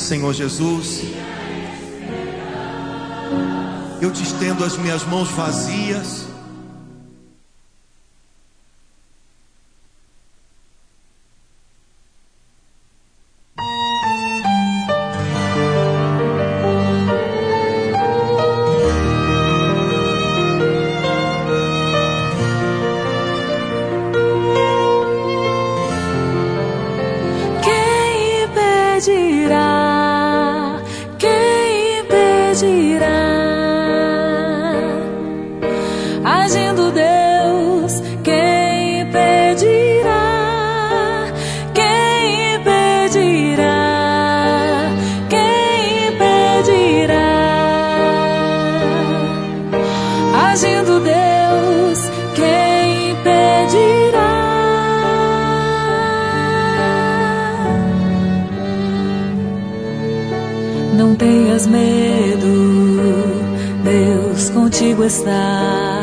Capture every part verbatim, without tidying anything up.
Senhor Jesus, eu te estendo as minhas mãos vazias. Não tenhas medo, Deus contigo está.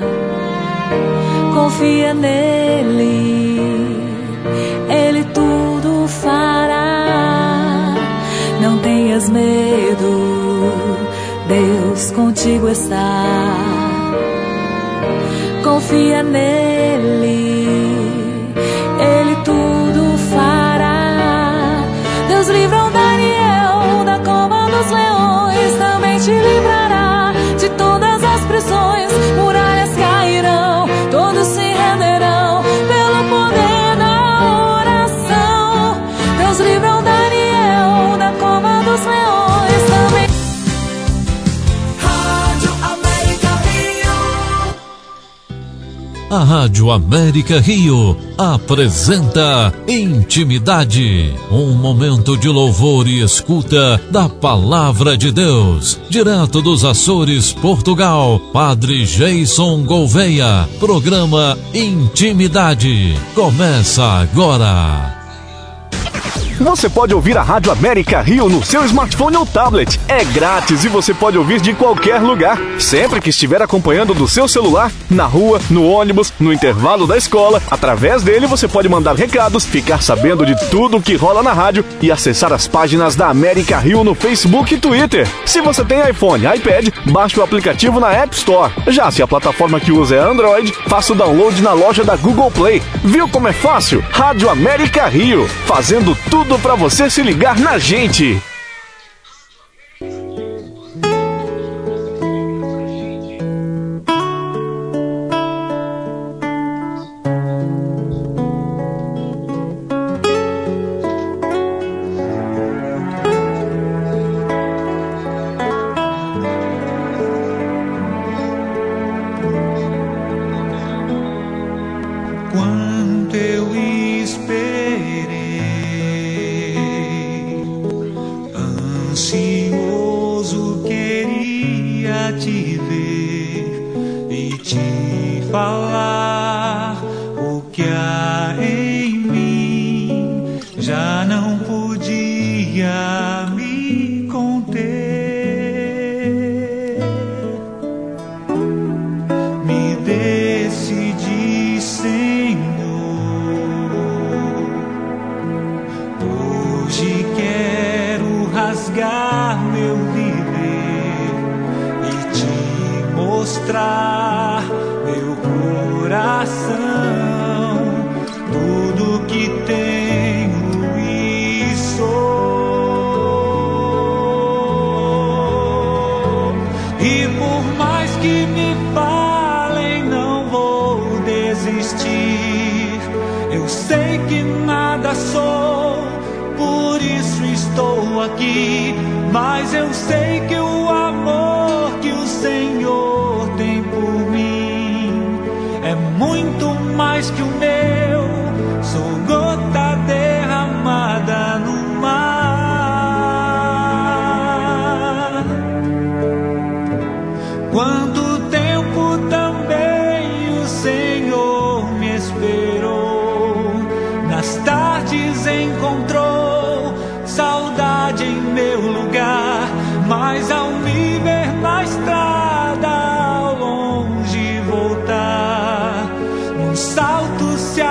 Confia nele, ele tudo fará. Não tenhas medo, Deus contigo está. Confia nele, ele tudo fará. Deus livra o Daniel da cova dos leões, também te livrará de todas as prisões. Muralhas cairão, todos se renderão pelo poder da oração. Deus livra o Daniel da cova dos leões, também. Rádio América Rio. A Rádio América Rio apresenta Intimidade, um momento de louvor e escuta da Palavra de Deus, direto dos Açores, Portugal. Padre Jason Gouveia, programa Intimidade, começa agora. Você pode ouvir a Rádio América Rio no seu smartphone ou tablet. É grátis e você pode ouvir de qualquer lugar, sempre que estiver acompanhando do seu celular, na rua, no ônibus, no intervalo da escola. Através dele você pode mandar recados, ficar sabendo de tudo o que rola na rádio e acessar as páginas da América Rio no Facebook e Twitter. Se você tem iPhone, iPad, baixe o aplicativo na App Store. Já se a plataforma que usa é Android, faça o download na loja da Google Play. Viu como é fácil? Rádio América Rio, fazendo tudo para você se ligar na gente. Quanto eu esperei, ansioso queria te ver e te falar o que há em mim, já não podia me conter, me decidi, Senhor, hoje quero rasgar meu viver e te mostrar meu coração, tudo que tenho e sou. E por mais que me falem, não vou desistir. Eu sei que nada sou, por isso estou aqui. Mas eu sei que o amor que o Senhor tem por mim é muito mais que o meu. Sou gota derramada no mar. Quanto tempo também o Senhor me esperou, nas tardes encontrou saudade em meu lugar, mas ao me ver na estrada ao longe voltar, num salto se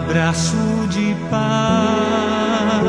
braço de pai.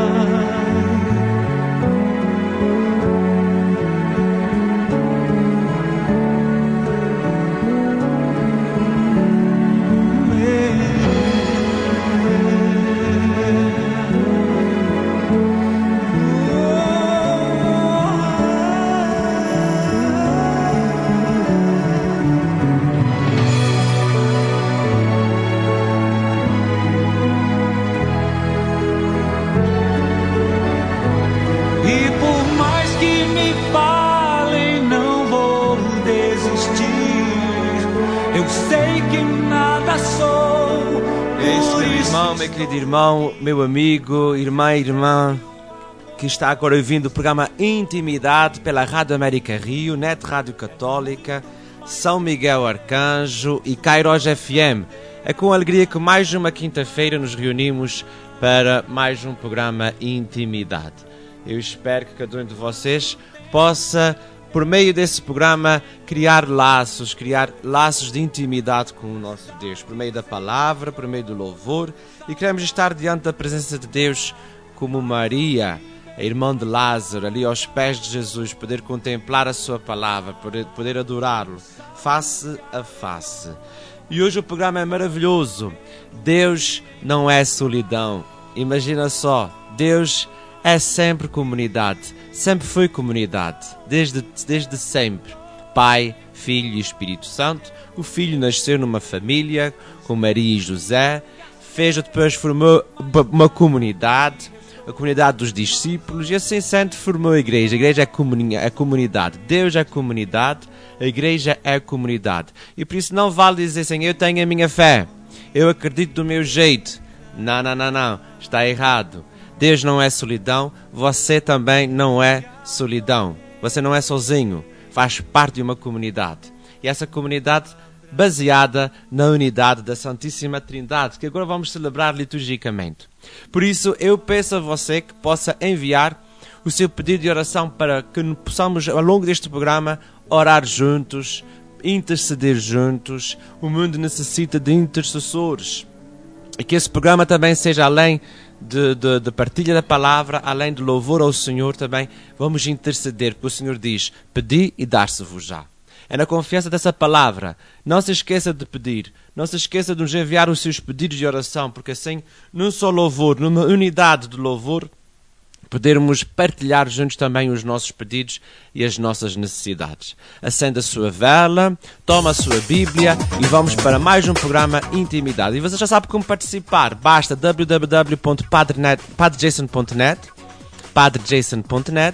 Meu querido irmão, meu amigo, irmã e irmã, que está agora ouvindo o programa Intimidade pela Rádio América Rio, Net Rádio Católica, São Miguel Arcanjo e Kairos F M. É com alegria que mais uma quinta-feira nos reunimos para mais um programa Intimidade. Eu espero que cada um de vocês possa, por meio desse programa, criar laços, criar laços de intimidade com o nosso Deus, por meio da palavra, por meio do louvor, e queremos estar diante da presença de Deus como Maria, a irmã de Lázaro, ali aos pés de Jesus, poder contemplar a sua palavra, poder, poder adorá-lo, face a face. E hoje o programa é maravilhoso. Deus não é solidão. Imagina só, Deus é sempre comunidade, sempre foi comunidade, desde, desde sempre. Pai, Filho e Espírito Santo. O Filho nasceu numa família com Maria e José, fez depois formou uma comunidade, a comunidade dos discípulos, e assim sendo formou a igreja. A igreja é, comuni- é comunidade, Deus é comunidade, a igreja é comunidade. E por isso não vale dizer assim, eu tenho a minha fé, eu acredito do meu jeito. Não, não, não, não, está errado. Deus não é solidão, você também não é solidão. Você não é sozinho, faz parte de uma comunidade. E essa comunidade baseada na unidade da Santíssima Trindade, que agora vamos celebrar liturgicamente. Por isso, eu peço a você que possa enviar o seu pedido de oração para que possamos, ao longo deste programa, orar juntos, interceder juntos. O mundo necessita de intercessores. E que esse programa também seja além de, de, de partilha da palavra, além de louvor ao Senhor, também vamos interceder, porque o Senhor diz, pedi e dar-se-vos-á. É na confiança dessa palavra. Não se esqueça de pedir. Não se esqueça de nos enviar os seus pedidos de oração, porque assim, num só louvor, numa unidade de louvor, podermos partilhar juntos também os nossos pedidos e as nossas necessidades. Acenda a sua vela, toma a sua Bíblia e vamos para mais um programa Intimidade. E você já sabe como participar. Basta w w w ponto padre jason ponto net, padre jason ponto net,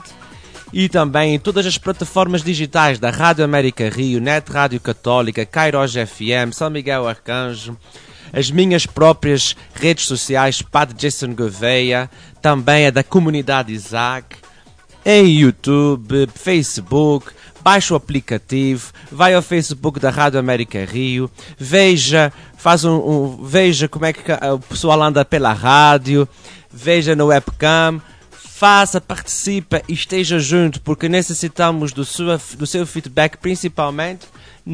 e também em todas as plataformas digitais da Rádio América Rio, Net Rádio Católica, Kairos F M, São Miguel Arcanjo, as minhas próprias redes sociais, Padre Jason Gouveia, também a da Comunidade Isaac, em YouTube, Facebook, baixa o aplicativo, vai ao Facebook da Rádio América Rio, veja, faz um, um, veja como é que o pessoal anda pela rádio, veja no webcam, faça, participe e esteja junto, porque necessitamos do seu, do seu feedback, principalmente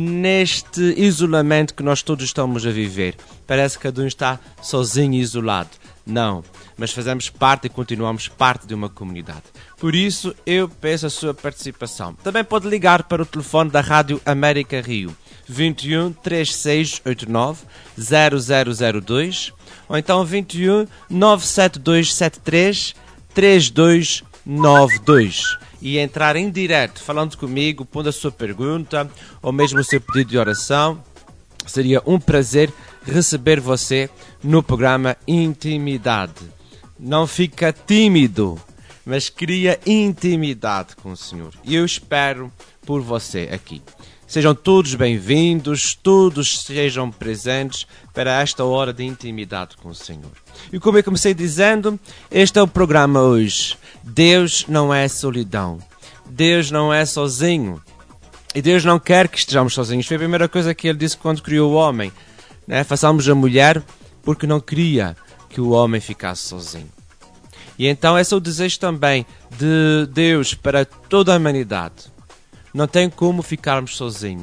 neste isolamento que nós todos estamos a viver. Parece que cada um está sozinho e isolado. Não, mas fazemos parte e continuamos parte de uma comunidade. Por isso, eu peço a sua participação. Também pode ligar para o telefone da Rádio América Rio, vinte e um, trinta e seis oitenta e nove, zero zero zero dois, ou então vinte e um, nove sete dois sete três, três dois nove dois, e entrar em direto falando comigo, pondo a sua pergunta ou mesmo o seu pedido de oração. Seria um prazer receber você no programa Intimidade. Não fica tímido, mas cria intimidade com o Senhor. E eu espero por você aqui. Sejam todos bem-vindos, todos sejam presentes para esta hora de intimidade com o Senhor. E como eu comecei dizendo, este é o programa hoje. Deus não é solidão. Deus não é sozinho. E Deus não quer que estejamos sozinhos. Foi a primeira coisa que Ele disse quando criou o homem. Né? Façamos a mulher porque não queria que o homem ficasse sozinho. E então esse é o desejo também de Deus para toda a humanidade. Não tem como ficarmos sozinhos.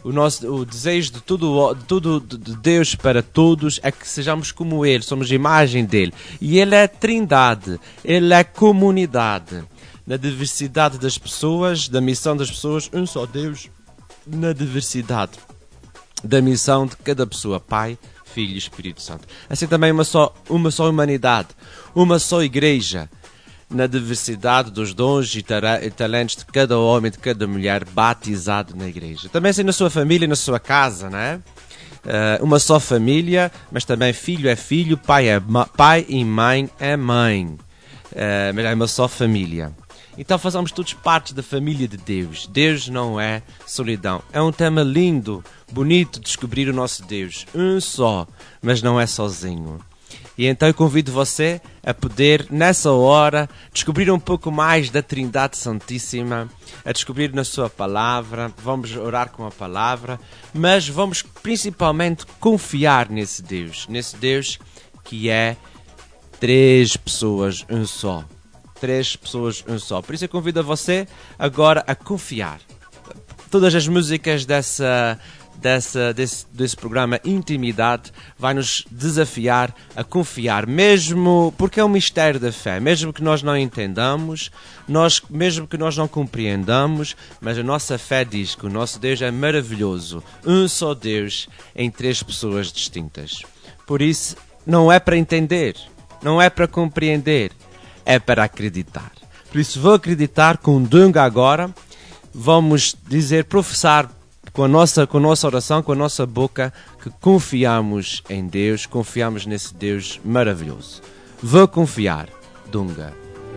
O, nosso, o desejo de tudo, de tudo de Deus para todos é que sejamos como Ele, somos imagem dEle. E Ele é trindade, Ele é comunidade. Na diversidade das pessoas, da missão das pessoas, um só Deus. Na diversidade da missão de cada pessoa, Pai, Filho e Espírito Santo. Assim também uma só, uma só humanidade, uma só igreja. Na diversidade dos dons e talentos de cada homem, de cada mulher batizado na igreja. Também assim na sua família, na sua casa, não é? Uh, uma só família, mas também filho é filho, pai é pai e mãe é mãe. Uh, mas é uma só família. Então fazemos todos parte da família de Deus. Deus não é solidão. É um tema lindo, bonito de descobrir o nosso Deus. Um só, mas não é sozinho. E então eu convido você a poder, nessa hora, descobrir um pouco mais da Trindade Santíssima, a descobrir na sua palavra, vamos orar com a palavra, mas vamos principalmente confiar nesse Deus, nesse Deus que é três pessoas, um só. Três pessoas, um só. Por isso eu convido a você agora a confiar. Todas as músicas dessa... Dessa, desse, desse programa Intimidade vai nos desafiar a confiar, mesmo porque é um mistério da fé, mesmo que nós não entendamos, nós, mesmo que nós não compreendamos, mas a nossa fé diz que o nosso Deus é maravilhoso, um só Deus em três pessoas distintas. Por isso, não é para entender, não é para compreender, é para acreditar. Por isso, vou acreditar com Dunga agora, vamos dizer, professar Com a, nossa, com a nossa oração, com a nossa boca, que confiamos em Deus, confiamos nesse Deus maravilhoso. Vou confiar, Dunga.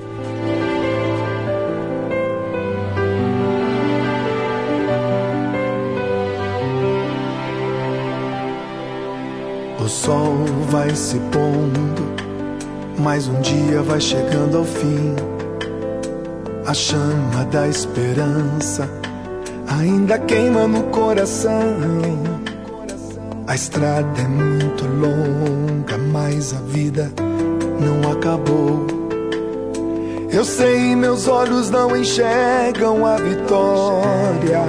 O sol vai se pondo, mais um dia vai chegando ao fim. A chama da esperança ainda queima no coração. A estrada é muito longa, mas a vida não acabou. Eu sei, meus olhos não enxergam a vitória,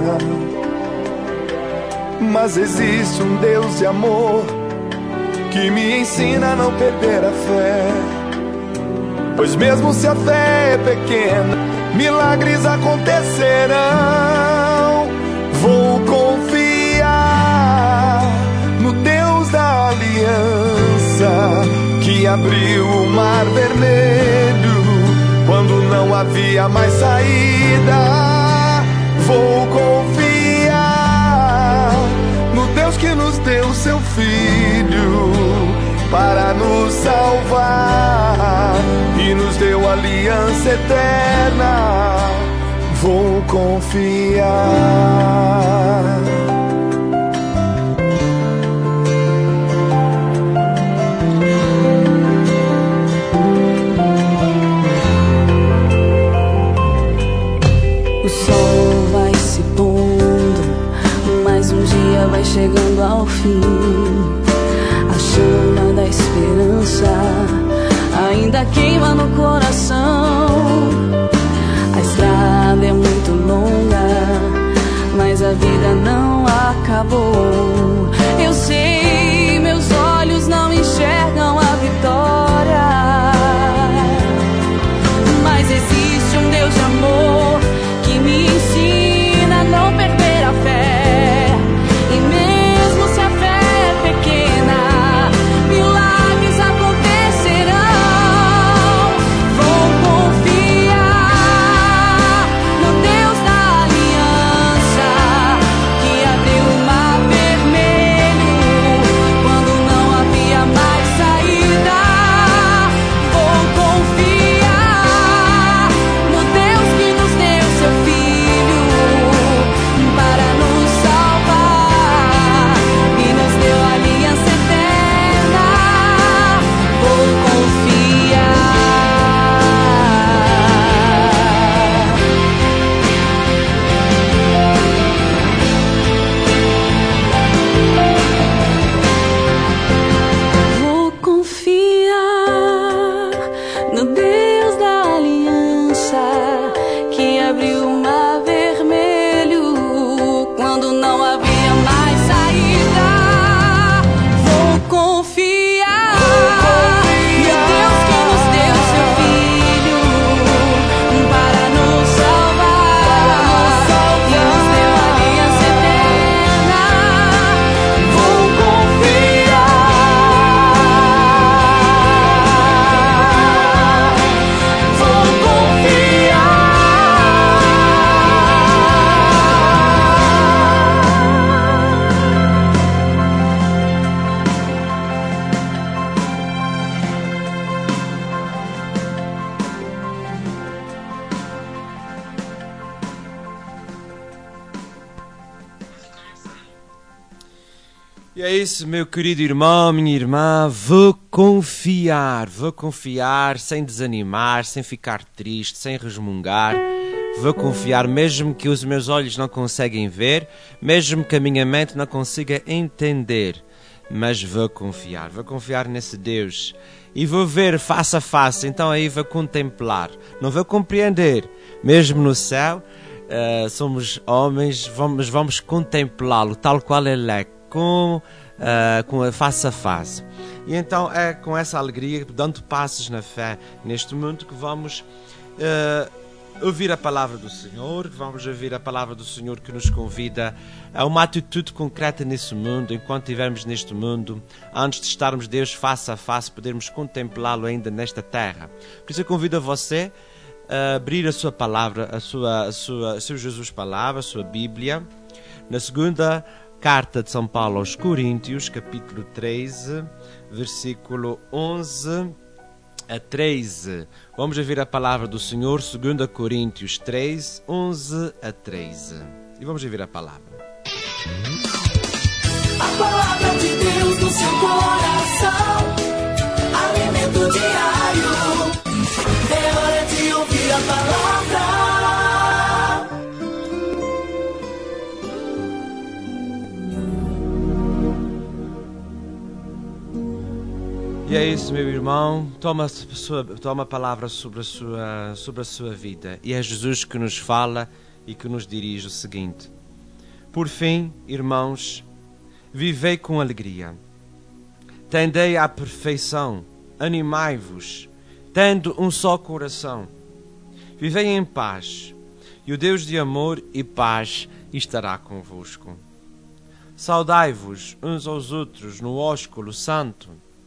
mas existe um Deus de amor que me ensina a não perder a fé. Pois mesmo se a fé é pequena, milagres acontecerão. Vou confiar no Deus da aliança, que abriu o mar vermelho quando não havia mais saída. Vou confiar no Deus que nos deu seu Filho para nos salvar e nos deu aliança eterna. Vou confiar. O sol vai se pondo, mais um dia vai chegando ao fim. A chama da esperança ainda queima no coração. A estrada é muito longa, mas a vida não acabou. Eu sei, meus olhos não enxergam a vitória, mas existe um Deus de amor que me ensina a não perder a fé. E mesmo se a fé E é isso, meu querido irmão, minha irmã, vou confiar, vou confiar sem desanimar, sem ficar triste, sem resmungar. Vou confiar mesmo que os meus olhos não conseguem ver, mesmo que a minha mente não consiga entender. Mas vou confiar, vou confiar nesse Deus. E vou ver face a face, então aí vou contemplar. Não vou compreender, mesmo no céu, uh, somos homens, vamos, vamos contemplá-lo tal qual ele é. Com, uh, com a face a face. E então é com essa alegria, dando passos na fé neste mundo, que vamos uh, ouvir a palavra do Senhor, vamos ouvir a palavra do Senhor que nos convida a uma atitude concreta nesse mundo, enquanto estivermos neste mundo, antes de estarmos Deus face a face, podermos contemplá-lo ainda nesta terra. Por isso eu convido a você a abrir a sua palavra, a sua, a sua, a seu Jesus Palavra, a sua Bíblia, na segunda Carta de São Paulo aos Coríntios, capítulo treze, versículo onze a treze. Vamos ouvir a palavra do Senhor, segunda Coríntios treze, onze a treze. E vamos ouvir a palavra. A palavra de Deus no seu coração, alimento diário. É hora de ouvir a palavra. E é isso, meu irmão, toma a, sua, toma a palavra sobre a, sua, sobre a sua vida. E é Jesus que nos fala e que nos dirige o seguinte: por fim, irmãos, vivei com alegria, tendei à perfeição, animai-vos, tendo um só coração, vivei em paz, e o Deus de amor e paz estará convosco. Saudai-vos uns aos outros no ósculo santo.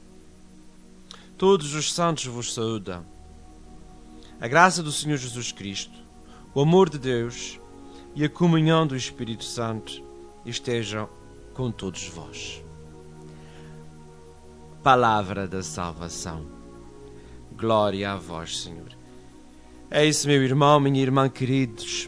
Todos os santos vos saúdam. A graça do Senhor Jesus Cristo, o amor de Deus e a comunhão do Espírito Santo estejam com todos vós. Palavra da salvação. Glória a vós, Senhor. É isso, meu irmão, minha irmã, queridos.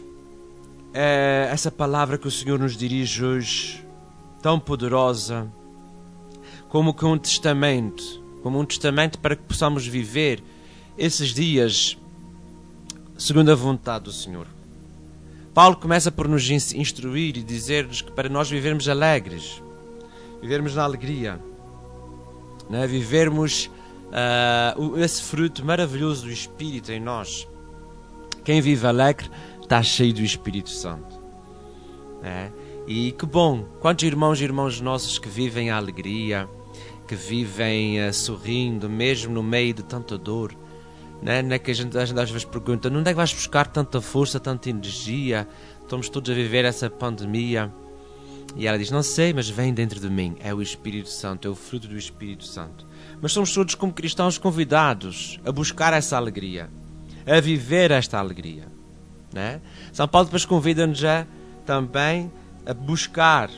É essa palavra que o Senhor nos dirige hoje, tão poderosa, como que um testamento, como um testamento para que possamos viver esses dias segundo a vontade do Senhor. Paulo começa por nos instruir e dizer-nos que para nós vivermos alegres, vivermos na alegria, né? Vivermos uh, esse fruto maravilhoso do Espírito em nós. Quem vive alegre está cheio do Espírito Santo, né? E que bom, quantos irmãos e irmãos nossos que vivem a alegria, que vivem uh, sorrindo, mesmo no meio de tanta dor, né? Não é que a gente, a gente às vezes pergunta: onde é que vais buscar tanta força, tanta energia? Estamos todos a viver essa pandemia. E ela diz: não sei, mas vem dentro de mim. É o Espírito Santo, é o fruto do Espírito Santo. Mas somos todos como cristãos convidados a buscar essa alegria, a viver esta alegria, né? São Paulo depois convida-nos a, também a buscar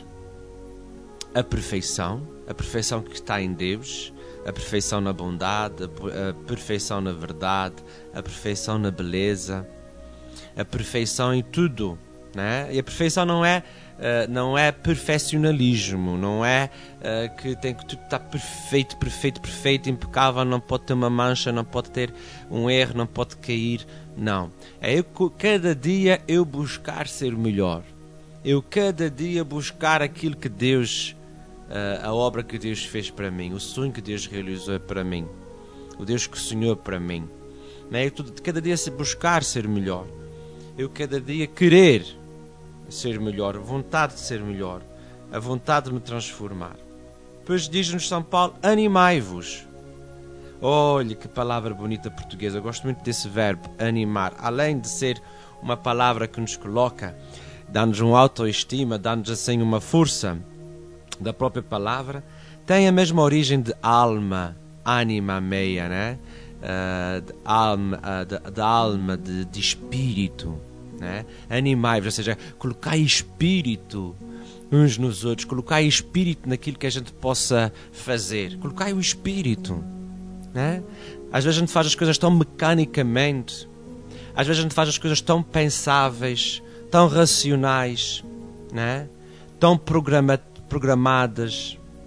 a perfeição, a perfeição que está em Deus, a perfeição na bondade, a perfeição na verdade, a perfeição na beleza, a perfeição em tudo, né? E a perfeição não é, uh, não é perfeccionalismo, não é uh, que tem que tudo estar perfeito, perfeito, perfeito, impecável, não pode ter uma mancha, não pode ter um erro, não pode cair, não. É eu, cada dia eu buscar ser melhor, eu cada dia buscar aquilo que Deus, uh, a obra que Deus fez para mim, o sonho que Deus realizou para mim, o Deus que sonhou para mim, né? Eu cada dia se buscar ser melhor, eu cada dia querer ser melhor, a vontade de ser melhor, a vontade de me transformar. Depois diz-nos São Paulo: animai-vos. Olha que palavra bonita portuguesa, eu gosto muito desse verbo, animar. Além de ser uma palavra que nos coloca, dá-nos uma autoestima, dá-nos assim uma força da própria palavra, tem a mesma origem de alma, ânima meia, né? Uh, de alma, uh, de, de alma, de, de espírito, né? Animai-vos, ou seja, colocai espírito uns nos outros, colocai espírito naquilo que a gente possa fazer, colocai o espírito, né? Às vezes a gente faz as coisas tão mecanicamente, às vezes a gente faz as coisas tão pensáveis, tão racionais, né? Tão programa, programadas,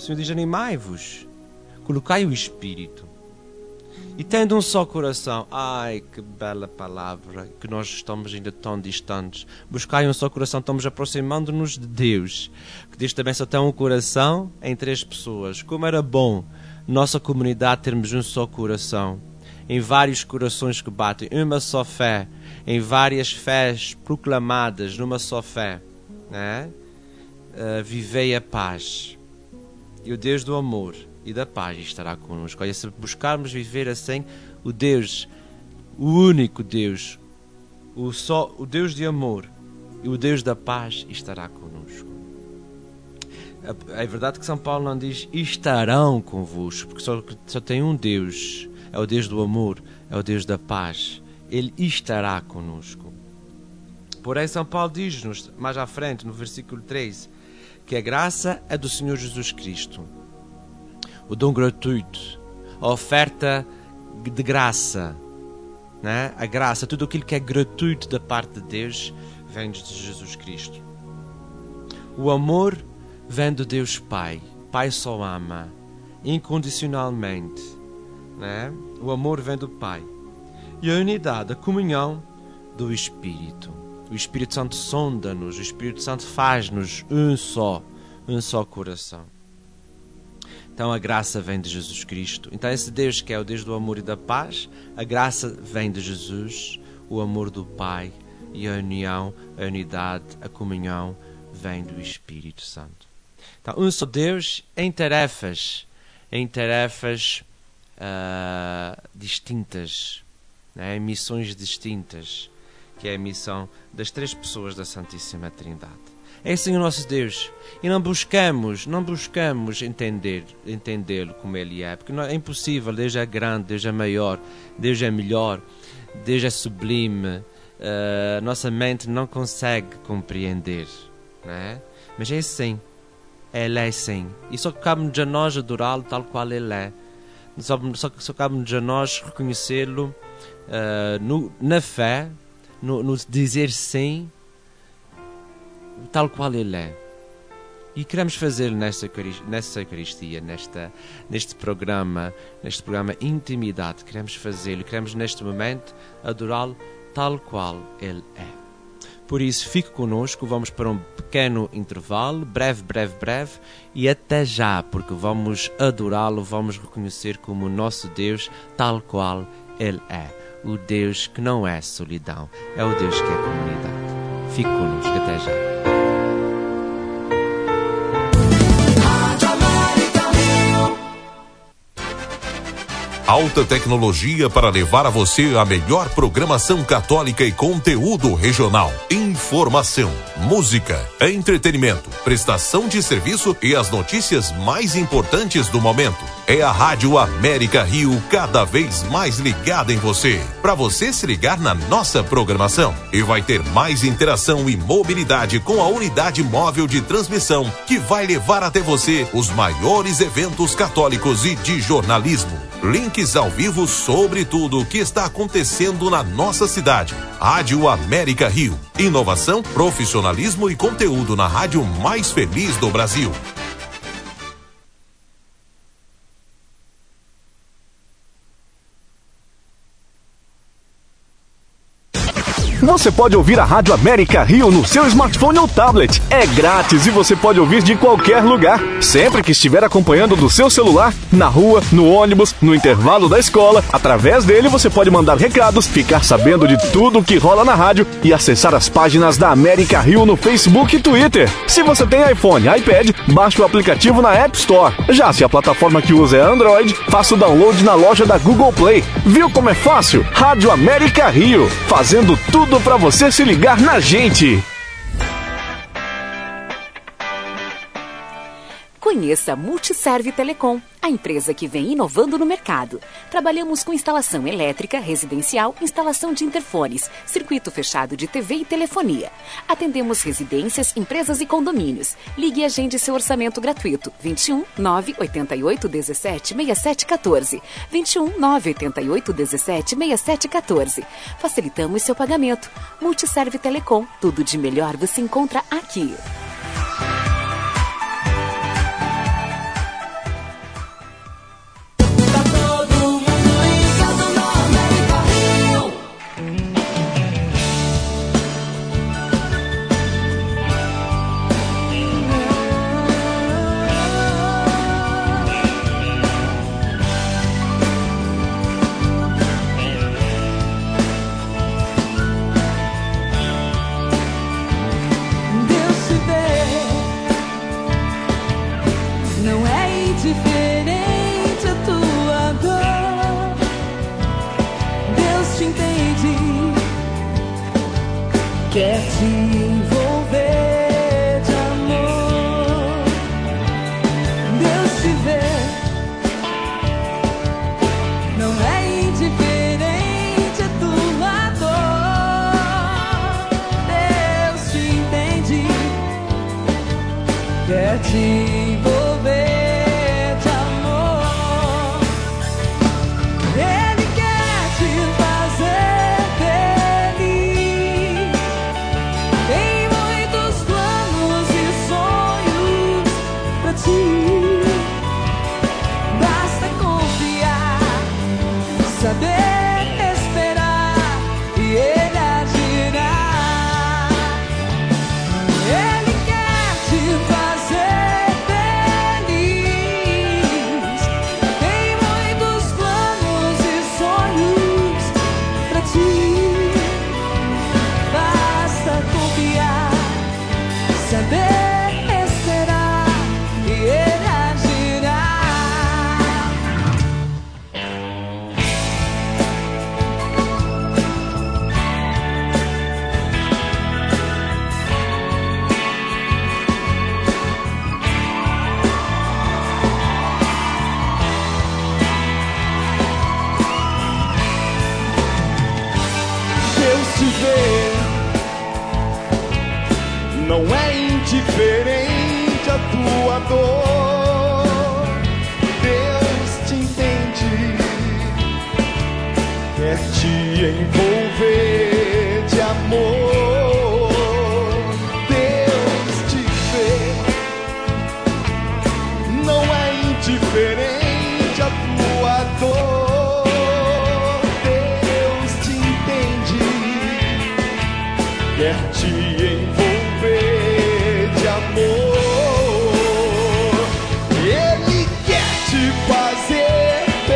O Senhor diz: animai-vos, colocai o Espírito. E tendo um só coração, ai que bela palavra, que nós estamos ainda tão distantes. Buscai um só coração, estamos aproximando-nos de Deus, que Deus também só tem um coração em três pessoas. Como era bom, nossa comunidade, termos um só coração, em vários corações que batem, uma só fé, em várias fés proclamadas numa só fé, né? Uh, vivei a paz, e o Deus do amor e da paz estará connosco. Olha, se buscarmos viver assim, o Deus, o único Deus, o, só, o Deus de amor e o Deus da paz estará connosco. É verdade que São Paulo não diz estarão convosco, porque só, só tem um Deus, é o Deus do amor, é o Deus da paz. Ele estará connosco. Porém, São Paulo diz-nos mais à frente, no versículo treze, que a graça é do Senhor Jesus Cristo, o dom gratuito, a oferta de graça, né? A graça, tudo aquilo que é gratuito da parte de Deus, vem de Jesus Cristo. O amor vem de Deus Pai. Pai só ama incondicionalmente, né? O amor vem do Pai. E a unidade, a comunhão do Espírito. O Espírito Santo sonda-nos, o Espírito Santo faz-nos um só, um só coração. Então a graça vem de Jesus Cristo. Então esse Deus que é o Deus do amor e da paz, a graça vem de Jesus, o amor do Pai, e a união, a unidade, a comunhão vem do Espírito Santo. Então um só Deus em tarefas, em tarefas uh, distintas, né? Em missões distintas, que é a missão das três pessoas da Santíssima Trindade. É assim o nosso Deus. E não buscamos, não buscamos entender, entendê-lo como Ele é, porque não, é impossível. Deus é grande, Deus é maior, Deus é melhor, Deus é sublime. Uh, nossa mente não consegue compreender, não é? Mas é assim. Ele é assim. E só cabe-nos a nós adorá-lo tal qual Ele é. Só, só, só cabe-nos a nós reconhecê-lo uh, no, na fé, no, no dizer sim, tal qual Ele é. E queremos fazê-lo nesta, nesta Eucaristia, nesta, neste programa, neste programa Intimidade. Queremos fazê-lo, queremos neste momento adorá-lo tal qual Ele é. Por isso, fique connosco, vamos para um pequeno intervalo, breve, breve, breve, e até já, porque vamos adorá-lo, vamos reconhecer como o nosso Deus tal qual Ele é. O Deus que não é solidão, é o Deus que é comunidade. Fique connosco, até já. Alta tecnologia para levar a você a melhor programação católica e conteúdo regional. Informação, música, entretenimento, prestação de serviço e as notícias mais importantes do momento. É a Rádio América Rio cada vez mais ligada em você, para você se ligar na nossa programação. E vai ter mais interação e mobilidade com a unidade móvel de transmissão, que vai levar até você os maiores eventos católicos e de jornalismo. Links ao vivo sobre tudo o que está acontecendo na nossa cidade. Rádio América Rio. Inovação, profissionalismo e conteúdo na rádio mais feliz do Brasil. Você pode ouvir a Rádio América Rio no seu smartphone ou tablet. É grátis e você pode ouvir de qualquer lugar, sempre que estiver acompanhando do seu celular, na rua, no ônibus, no intervalo da escola. Através dele você pode mandar recados, ficar sabendo de tudo o que rola na rádio e acessar as páginas da América Rio no Facebook e Twitter. Se você tem iPhone, iPad, baixe o aplicativo na App Store. Já se a plataforma que usa é Android, faça o download na loja da Google Play. Viu como é fácil? Rádio América Rio, fazendo tudo para você se ligar na gente. Conheça a Multiserve Telecom, a empresa que vem inovando no mercado. Trabalhamos com instalação elétrica, residencial, instalação de interfones, circuito fechado de T V e telefonia. Atendemos residências, empresas e condomínios. Ligue e agende seu orçamento gratuito. vinte e um, nove oito oito, dezessete, sessenta e sete, quatorze. vinte e um, nove oito oito, dezessete, sessenta e sete, quatorze. Facilitamos seu pagamento. Multiserve Telecom, tudo de melhor você encontra aqui. quer te envolver de amor. Deus te vê, não é indiferente a tua dor. Deus te entende, quer te envolver. Saber esperar e Ele agirá. Ele quer te fazer feliz. Tem muitos planos e sonhos pra ti. Basta confiar, saber esperar e Ele agirá. Não é indiferente a tua dor. Deus te entende, quer te envolver de amor. Deus te vê, não é indiferente a tua dor. Deus te entende, quer te envolver de amor. Ele quer te fazer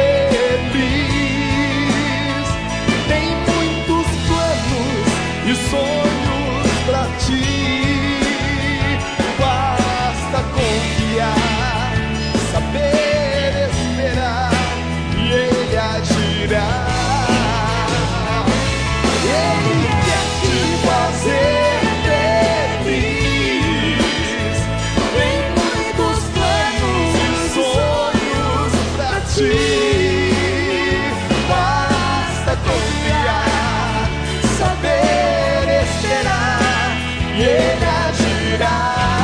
feliz. Tem muitos planos e sonhos pra ti. Basta confiar, saber esperar e Ele agirá. Ele quer te fazer basta confiar, saber esperar e Ele agirá.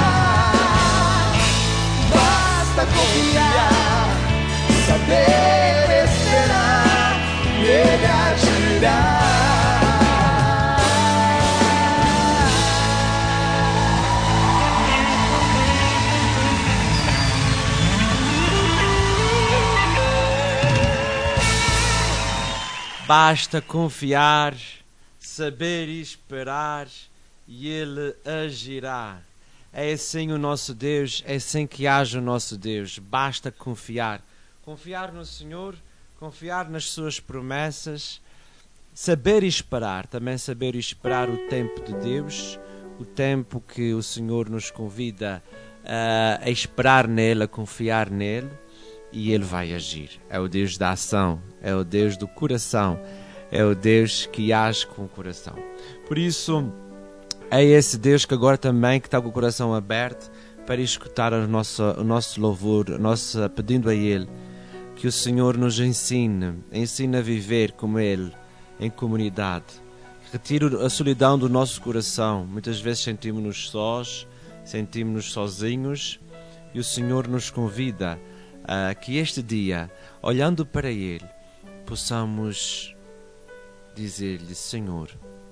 Basta confiar, saber esperar e Ele agirá. Basta confiar, saber esperar e Ele agirá. É assim o nosso Deus, é assim que age o nosso Deus. Basta confiar. Confiar no Senhor, confiar nas suas promessas, saber esperar, também saber esperar o tempo de Deus, o tempo que o Senhor nos convida uh, a esperar nele, a confiar nele. E Ele vai agir. É o Deus da ação, é o Deus do coração, é o Deus que age com o coração. Por isso, é esse Deus que agora também que está com o coração aberto para escutar o nosso, o nosso louvor, a nossa, pedindo a Ele que o Senhor nos ensine, ensine a viver como Ele, em comunidade. Retire a solidão do nosso coração. Muitas vezes sentimos-nos sós, sentimos-nos sozinhos, e o Senhor nos convida Uh, que este dia, olhando para Ele, possamos dizer-lhe: Senhor,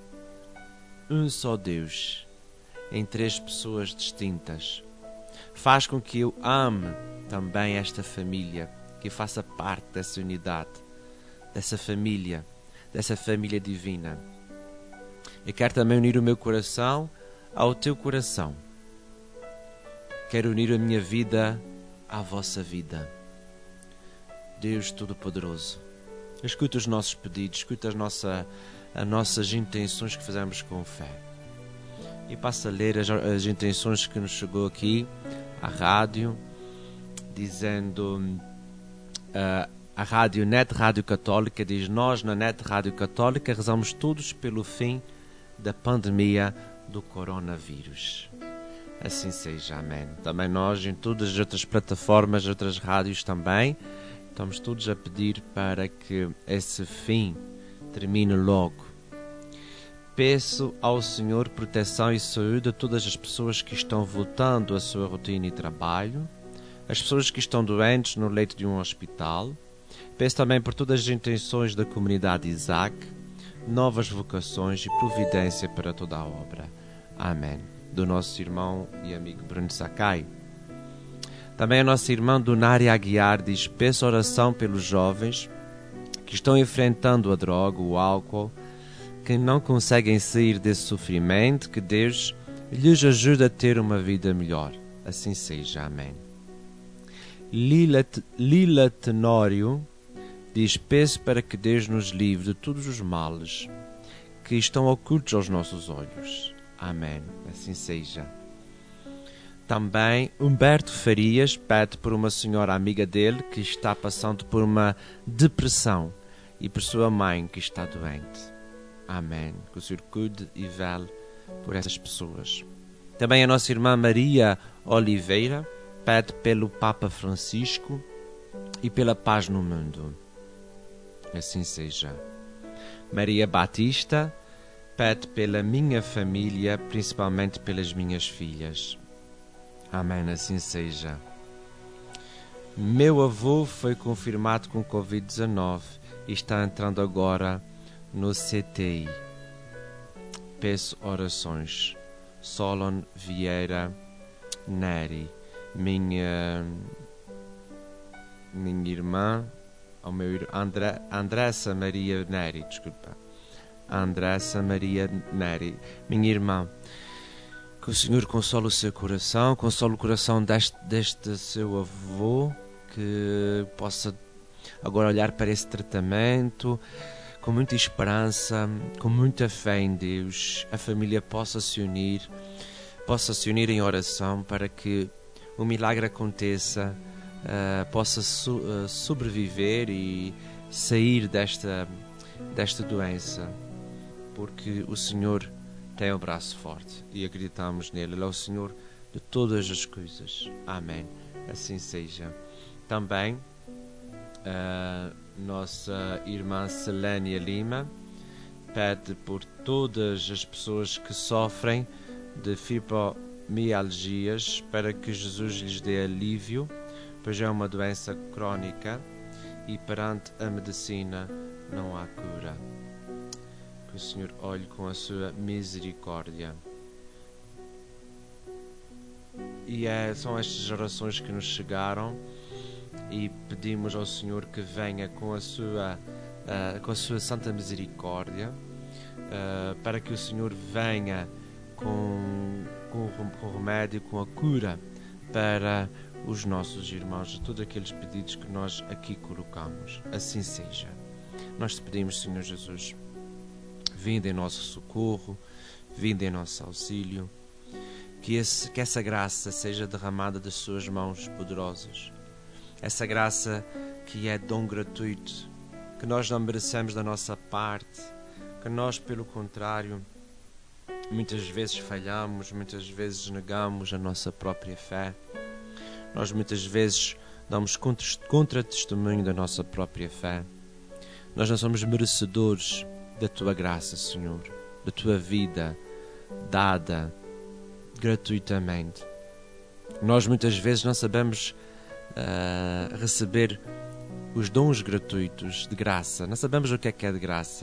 um só Deus em três pessoas distintas, faz com que eu ame também esta família, que faça parte dessa unidade, dessa família, dessa família divina. Eu quero também unir o meu coração ao teu coração. Quero unir a minha vida à vossa vida. Deus Todo-Poderoso, escuta os nossos pedidos, escuta as, nossa, as nossas intenções que fazemos com fé. E passa a ler as, as intenções que nos chegou aqui à rádio, dizendo uh, a rádio Net Rádio Católica diz: nós na Net Rádio Católica rezamos todos pelo fim da pandemia do coronavírus. Assim seja, amém. Também nós, em todas as outras plataformas, outras rádios também, estamos todos a pedir para que esse fim termine logo. Peço ao Senhor proteção e saúde a todas as pessoas que estão voltando à sua rotina e trabalho, as pessoas que estão doentes no leito de um hospital. Peço também por todas as intenções da comunidade Isaac, novas vocações e providência para toda a obra. Amém. Do nosso irmão e amigo Bruno Sakai. Também a nossa irmã Donária Aguiar diz: peço oração pelos jovens que estão enfrentando a droga, o álcool, que não conseguem sair desse sofrimento, que Deus lhes ajude a ter uma vida melhor. Assim seja. Amém. Lila, Lila Tenório diz: peço para que Deus nos livre de todos os males que estão ocultos aos nossos olhos. Amém. Assim seja. Também Humberto Farias pede por uma senhora amiga dele que está passando por uma depressão e por sua mãe que está doente. Amém. Que o Senhor cuide e vele por essas pessoas. Também a nossa irmã Maria Oliveira pede pelo Papa Francisco e pela paz no mundo. Assim seja. Maria Batista pede pela minha família, principalmente pelas minhas filhas. Amém. Assim seja. Meu avô foi confirmado com covid dezenove e está entrando agora no C T I. Peço orações. Solon Vieira Neri, minha minha irmã, ao meu André, Andressa Maria Neri, desculpa. Andressa Maria Neri, minha irmã. Que o Senhor console o seu coração, console o coração deste, deste seu avô, que possa agora olhar para esse tratamento com muita esperança, com muita fé em Deus, a família possa se unir, possa se unir em oração para que o milagre aconteça, uh, possa so, uh, sobreviver e sair desta, desta doença, porque o Senhor tem o braço forte e acreditamos nele. Ele é o Senhor de todas as coisas. Amém. Assim seja. Também Uh, nossa irmã Selênia Lima pede por todas as pessoas que sofrem de fibromialgias para que Jesus lhes dê alívio, pois é uma doença crónica e perante a medicina não há cura. Que o Senhor olhe com a sua misericórdia. E é, são estas orações que nos chegaram e pedimos ao Senhor que venha com a sua, uh, com a sua santa misericórdia, uh, para que o Senhor venha com, com, com o remédio, com a cura para os nossos irmãos, de todos aqueles pedidos que nós aqui colocamos. Assim seja. Nós te pedimos, Senhor Jesus, vinde em nosso socorro, vinde em nosso auxílio, que, esse, que essa graça seja derramada das suas mãos poderosas. Essa graça que é dom gratuito, que nós não merecemos da nossa parte, que nós, pelo contrário, muitas vezes falhamos, muitas vezes negamos a nossa própria fé. Nós muitas vezes damos contra-testemunho da nossa própria fé. Nós não somos merecedores da Tua graça, Senhor, da Tua vida dada gratuitamente. Nós muitas vezes não sabemos Uh, receber os dons gratuitos de graça. Não sabemos o que é que é de graça.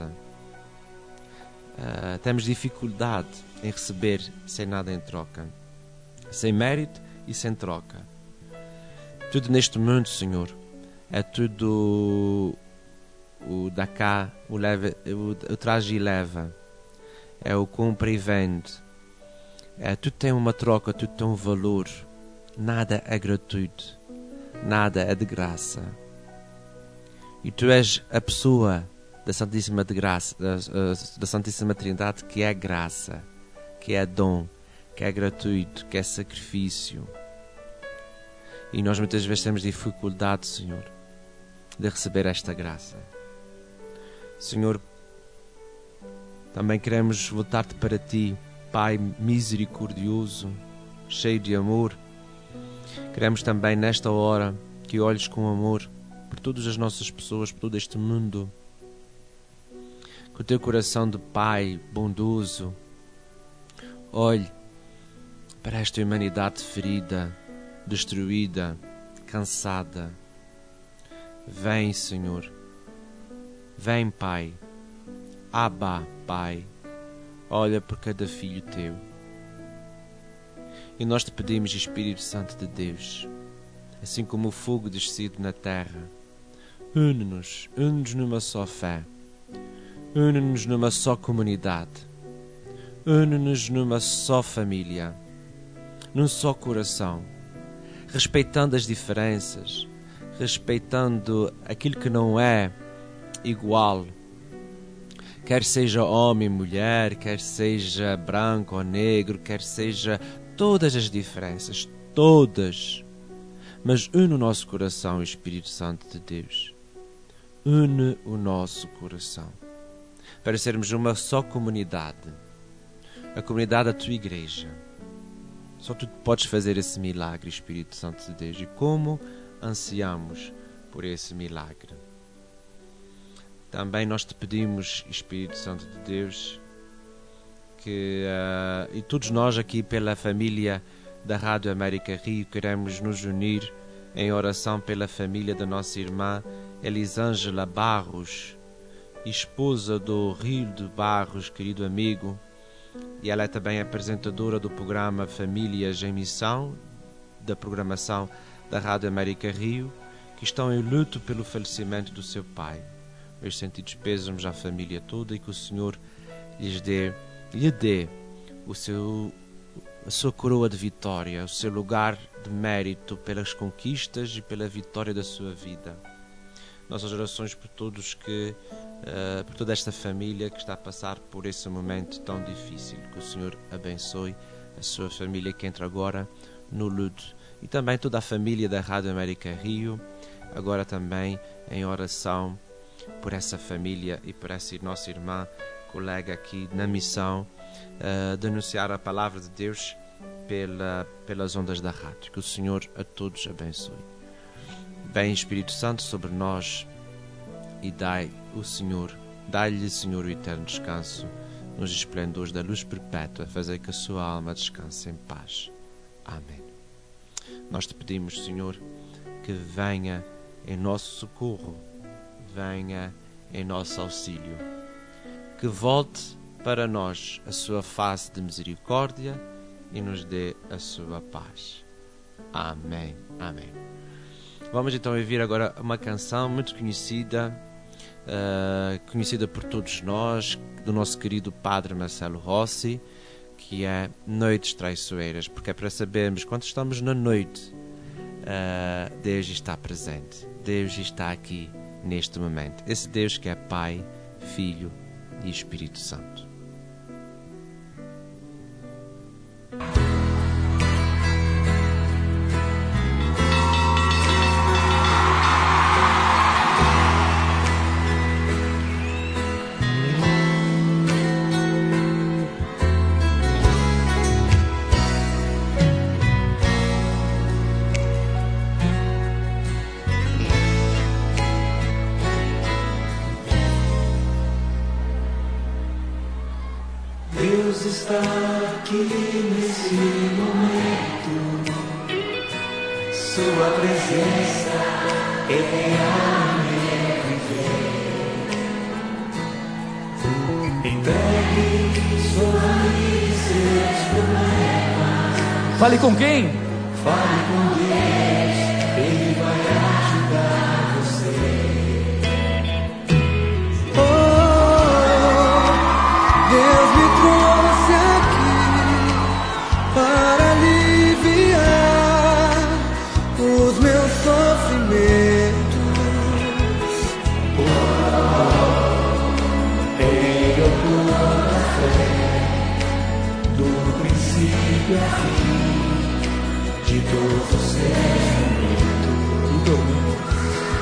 Uh, temos dificuldade em receber sem nada em troca, sem mérito e sem troca. Tudo neste mundo, Senhor, é tudo o dá cá, o, leva, o, o traz e leva, é o compra e vende, é, tudo tem uma troca, tudo tem um valor. Nada é gratuito, nada é de graça. E Tu és a pessoa da Santíssima, de graça, da, da Santíssima Trindade, que é graça, que é dom, que é gratuito, que é sacrifício. E nós muitas vezes temos dificuldade, Senhor, de receber esta graça. Senhor, Também queremos voltar-te para ti, Pai misericordioso, cheio de amor. Queremos também nesta hora que olhes com amor por todas as nossas pessoas, por todo este mundo. Que o teu coração de Pai bondoso olhe para esta humanidade ferida, destruída, cansada. Vem, Senhor. Vem, Pai. Abba, Pai. Olha por cada filho teu. E nós te pedimos, Espírito Santo de Deus, assim como o fogo descido na terra, une-nos, une-nos numa só fé, une-nos numa só comunidade, une-nos numa só família, num só coração, respeitando as diferenças, respeitando aquilo que não é igual, quer seja homem, mulher, quer seja branco ou negro, quer seja todas as diferenças, todas. Mas une o nosso coração, Espírito Santo de Deus. Une o nosso coração para sermos uma só comunidade, a comunidade da tua igreja. Só tu podes fazer esse milagre, Espírito Santo de Deus. E como ansiamos por esse milagre. Também nós te pedimos, Espírito Santo de Deus, que uh, e todos nós aqui pela família da Rádio América Rio queremos nos unir em oração pela família da nossa irmã Elisângela Barros, esposa do Rio de Barros, querido amigo, e ela é também apresentadora do programa Famílias em Missão, da programação da Rádio América Rio, que estão em luto pelo falecimento do seu pai. Meus sentidos pésamos à família toda e que o Senhor lhes dê, lhe dê o seu, a sua coroa de vitória, o seu lugar de mérito pelas conquistas e pela vitória da sua vida. Nossas orações por todos que, uh, por toda esta família que está a passar por esse momento tão difícil. Que o Senhor abençoe a sua família que entra agora no luto. E também toda a família da Rádio América Rio, agora também em oração por essa família e por essa nossa irmã, colega aqui na missão, uh, de anunciar a palavra de Deus pela, pelas ondas da rádio. Que o Senhor a todos abençoe. Vem, Espírito Santo, sobre nós e dai o Senhor, dai-lhe, Senhor, o eterno descanso nos esplendores da luz perpétua, fazer que a sua alma descanse em paz. Amém. Nós te pedimos, Senhor, que venha em nosso socorro, venha em nosso auxílio, que volte para nós a sua face de misericórdia e nos dê a sua paz. Amém. Amém. Vamos então ouvir agora uma canção muito conhecida, uh, conhecida por todos nós, do nosso querido Padre Marcelo Rossi, que é Noites Traiçoeiras, porque é para sabermos, quando estamos na noite, uh, Deus está presente, Deus está aqui neste momento. Esse Deus que é Pai, Filho e Espírito Santo. Deus está aqui nesse momento, sua presença é real em meu viver. Entregue sua vida e seus problemas. Fale com quem? Fale com Deus, Ele vai ajudar você. Deus me trouxe aqui para aliviar os meus sofrimentos. Tenho toda a fé, do princípio ao fim, de todos os seus momentos.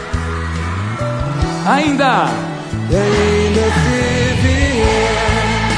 Ainda, e ainda se vier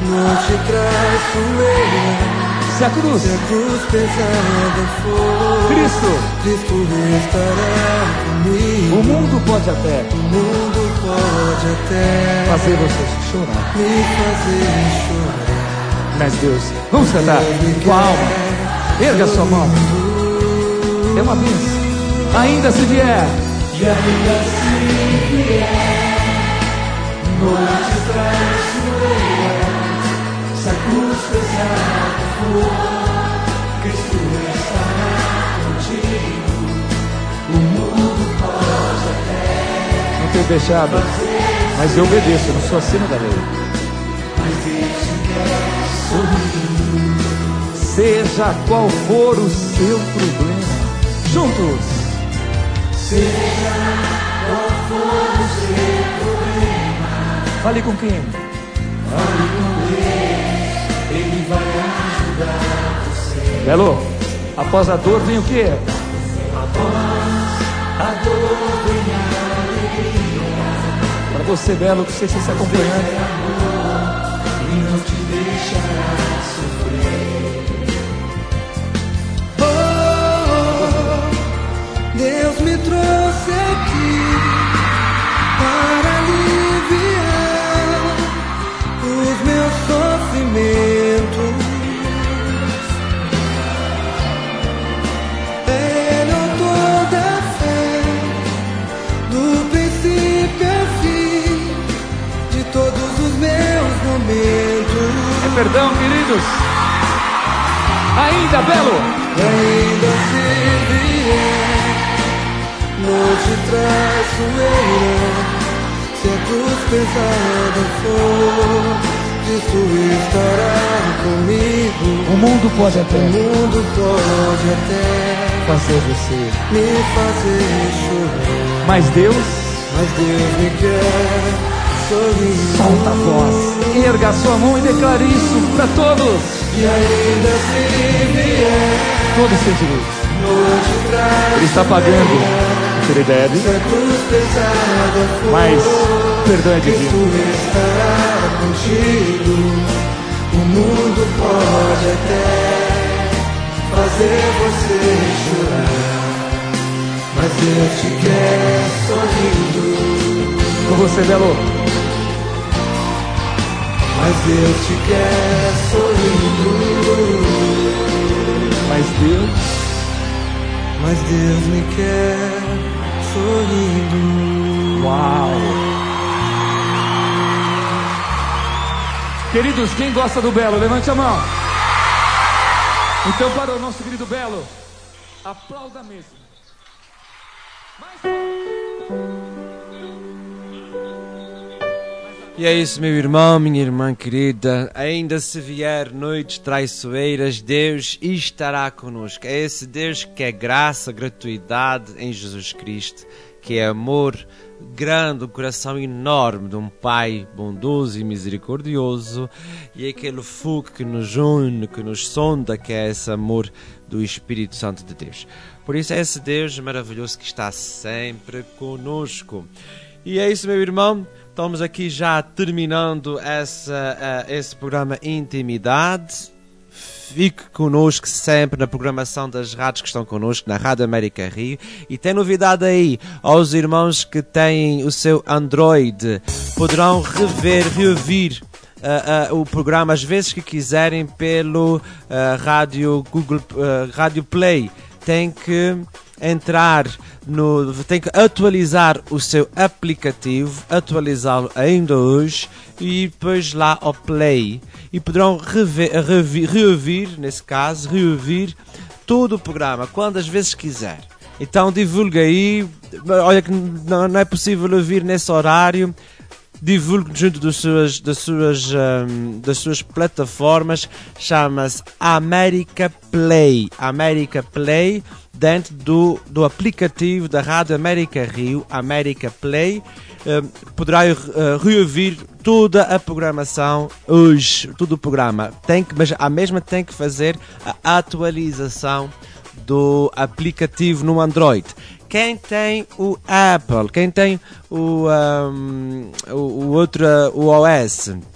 não te traiçoeira. Se a cruz, se a cruz pesada for, Cristo, Cristo estará comigo. O mundo pode até, o mundo pode até fazer você chorar, me fazer chorar. Mas Deus, vamos cantar com a alma. Erga sua mão. É uma bênção. Ainda se vier, e ainda se vier, noite traiçoeira, se a cruz pesada for, Cristo estará contigo. O mundo pode até não ter deixado, mas eu obedeço, eu não sou acima da lei. Mas Deus quer sorrir. Seja qual for o seu problema, juntos. Seja qual for o seu problema, fale com quem? Fale com Deus, Ele vai ajudar você. Belo, após a dor vem o quê? Após a dor vem a alegria. Para você, Belo, que você esteja se acompanhando. E não te deixará sofrer. Deus me trouxe aqui para aliviar os meus sofrimentos. Ele é toda a fé, do princípio ao fim, de todos os meus momentos. É perdão, queridos. Ainda, Belo. E ainda se vier noite traiçoeira, se a cruz pesada for, Cristo estará comigo. O mundo pode até, o mundo pode até fazer você me fazer chorar. Mas Deus, mas Deus me quer sorrir. Solta a voz, erga a sua mão e declare isso para todos. E ainda se vier, todos sentem isso. Ele está pagando o que ele deve, mas perdão é divino. Estará contigo. O mundo pode até fazer você chorar, mas Deus te quer sorrindo. Com você, Belo. Mas Deus te quer sorrindo. Mas Deus, mas Deus me quer sorrindo. Uau! Queridos, quem gosta do Belo, levante a mão. Então, para o nosso querido Belo, aplauda mesmo. Mais E é isso, meu irmão, minha irmã querida. Ainda se vier noites traiçoeiras, Deus estará conosco. É esse Deus que é graça, gratuidade em Jesus Cristo, que é amor grande, um coração enorme de um Pai bondoso e misericordioso, e é aquele fogo que nos une, que nos sonda, que é esse amor do Espírito Santo de Deus. Por isso é esse Deus maravilhoso que está sempre conosco. E é isso, meu irmão. Estamos aqui já terminando essa, uh, esse programa Intimidade. Fique conosco sempre na programação das rádios que estão conosco, na Rádio América Rio. E tem novidade aí, aos irmãos que têm o seu Android, poderão rever, reouvir uh, uh, o programa às vezes que quiserem pelo uh, rádio Google, uh, Rádio Play. Tem que entrar no, tem que atualizar o seu aplicativo, atualizá-lo ainda hoje e depois lá ao Play, e poderão rever, rever, reouvir, nesse caso, reouvir todo o programa, quantas vezes quiser. Então divulga aí, olha que não, não é possível ouvir nesse horário, divulgue junto das suas, das suas, um, das suas plataformas, chama-se América Play, América Play, dentro do, do aplicativo da Rádio América Rio, América Play, um, poderá uh, reouvir toda a programação hoje, todo o programa, tem que, mas a mesma tem que fazer a atualização do aplicativo no Android. Quem tem o Apple, quem tem o, um, o, o outro, o O S,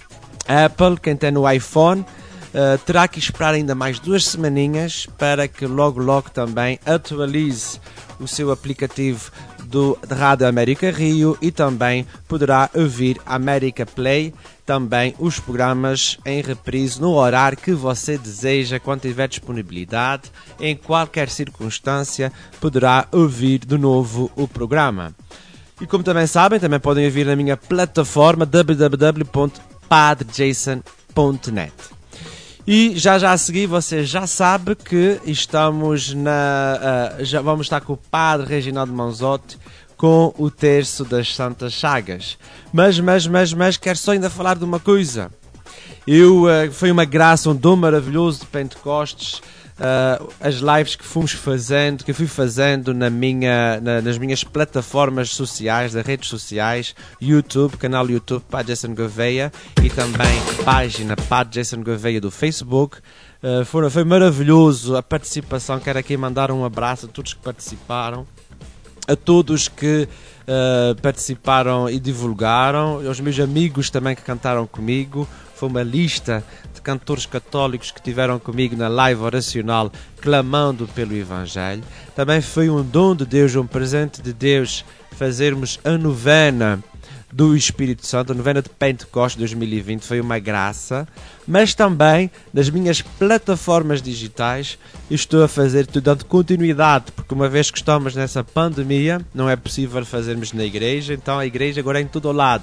Apple, quem tem no iPhone, uh, terá que esperar ainda mais duas semaninhas para que logo logo também atualize o seu aplicativo do, de Rádio América Rio e também poderá ouvir América Play, também os programas em reprise no horário que você deseja, quando tiver disponibilidade, em qualquer circunstância poderá ouvir de novo o programa. E como também sabem, também podem ouvir na minha plataforma w w w ponto padre jason ponto net. E já já a seguir você já sabe que estamos na, uh, já vamos estar com o Padre Reginaldo Manzotti com o terço das Santas Chagas. Mas, mas, mas, mas, quero só ainda falar de uma coisa. Eu, uh, foi uma graça, um dom maravilhoso de Pentecostes, uh, as lives que fomos fazendo, que eu fui fazendo na minha, na, nas minhas plataformas sociais, das redes sociais, YouTube, canal YouTube Padre Jason Gouveia e também página Padre Jason Gouveia do Facebook. Uh, foi, foi maravilhoso a participação. Quero aqui mandar um abraço a todos que participaram, a todos que uh, participaram e divulgaram, aos meus amigos também que cantaram comigo. Foi uma lista de cantores católicos que tiveram comigo na live oracional clamando pelo Evangelho. Também foi um dom de Deus, um presente de Deus, fazermos a novena do Espírito Santo, a novena de Pentecostes dois mil e vinte, foi uma graça. Mas também nas minhas plataformas digitais estou a fazer tudo, dando continuidade, porque uma vez que estamos nessa pandemia não é possível fazermos na igreja, então a igreja agora é em todo o lado.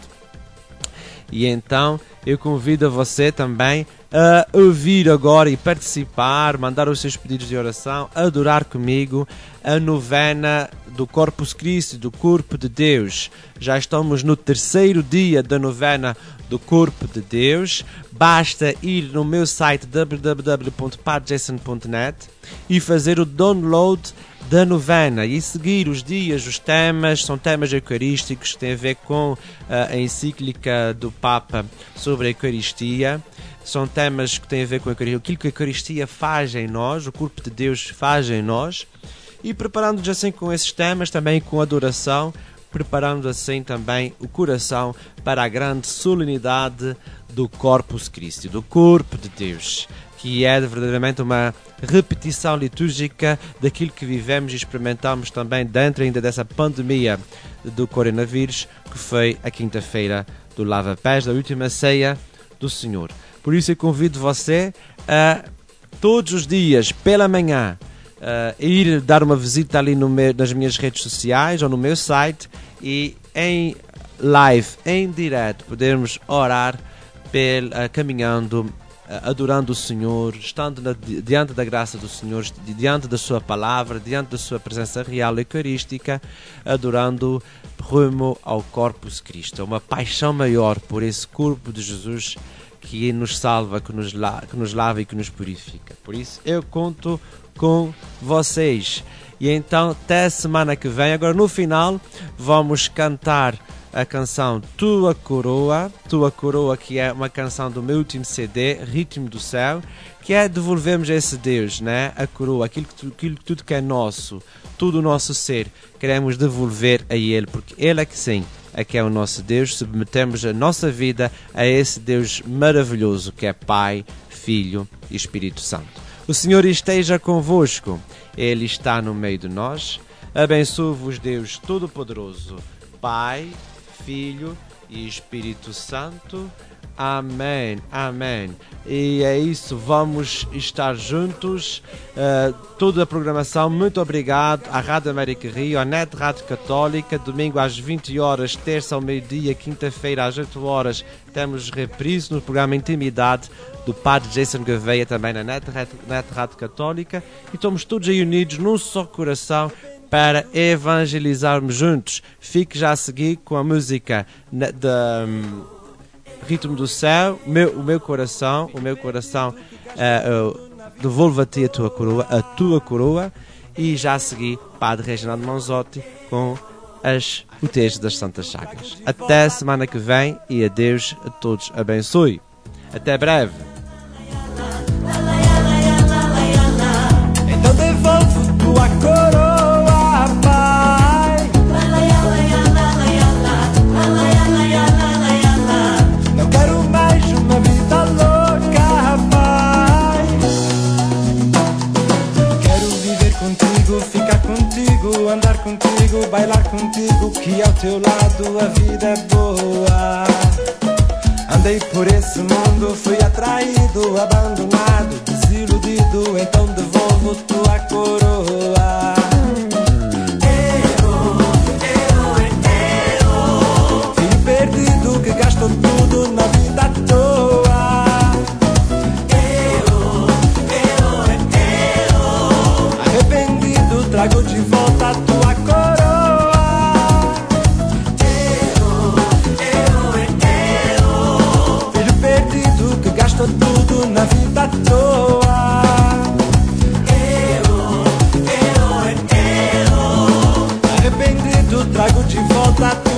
E então eu convido a você também a ouvir agora e participar, mandar os seus pedidos de oração, adorar comigo a novena do Corpus Christi, do Corpo de Deus. Já estamos no terceiro dia da novena do Corpo de Deus. Basta ir no meu site w w w ponto padre jason ponto net e fazer o download da novena e seguir os dias, os temas. São temas eucarísticos que têm a ver com uh, a encíclica do Papa sobre a Eucaristia. São temas que têm a ver com a Eucaristia, aquilo que a Eucaristia faz em nós, o corpo de Deus faz em nós. E preparando-nos assim com esses temas, também com adoração, preparando assim também o coração para a grande solenidade do Corpus Christi, do corpo de Deus, que é verdadeiramente uma repetição litúrgica daquilo que vivemos e experimentamos também dentro ainda dessa pandemia do coronavírus, que foi a quinta-feira do lava-pés, da última ceia do Senhor. Por isso eu convido você a todos os dias, pela manhã, a ir dar uma visita ali no meu, nas minhas redes sociais ou no meu site e em live, em direto, podermos orar pel, uh, caminhando, uh, adorando o Senhor, estando na, diante da graça do Senhor, diante da sua palavra, diante da sua presença real eucarística, adorando rumo ao Corpus Christi. Uma paixão maior por esse corpo de Jesus que nos salva, que nos, la, que nos lava e que nos purifica. Por isso eu conto com vocês. E então até semana que vem. Agora no final vamos cantar a canção Tua Coroa, Tua Coroa, que é uma canção do meu último C D, Ritmo do Céu, que é devolvermos a esse Deus, né? A coroa, aquilo que, aquilo, tudo que é nosso, tudo o nosso ser, queremos devolver a Ele, porque Ele é que sim, é que é o nosso Deus. Submetemos a nossa vida a esse Deus maravilhoso que é Pai, Filho e Espírito Santo. O Senhor esteja convosco, Ele está no meio de nós. Abençoe-vos Deus Todo-Poderoso, Pai, Filho e Espírito Santo. Amém, amém. E é isso, vamos estar juntos. Uh, toda a programação, muito obrigado à Rádio América Rio, à Net Rádio Católica. Domingo às vinte horas, terça ao meio-dia, quinta-feira às oito horas, temos reprise no programa Intimidade do Padre Jason Gouveia, também na Net, Net Rádio Católica. E estamos todos aí unidos num só coração para evangelizarmos juntos. Fique já a seguir com a música da um, Ritmo do Céu, meu, o meu coração, o meu coração uh, uh, devolva-te a tua coroa, a tua coroa, e já a seguir Padre Reginaldo Manzotti com as, o texto das Santas Chagas. Até semana que vem e a Deus a todos abençoe. Até breve. Então devolvo tua coroa, Pai. Não quero mais uma vida teu lado a vida é boa. Andei por esse mundo, fui atraído, abandonado, desiludido, então devolvo tua coroa. Eu, eu, eu, filho perdido que gastou tudo na vida à toa. Eu, eu, eu, arrependido, trago de volta a tua coroa. Gastou tudo na vida à toa. Eu, eu, eu, arrependido, trago de volta a tua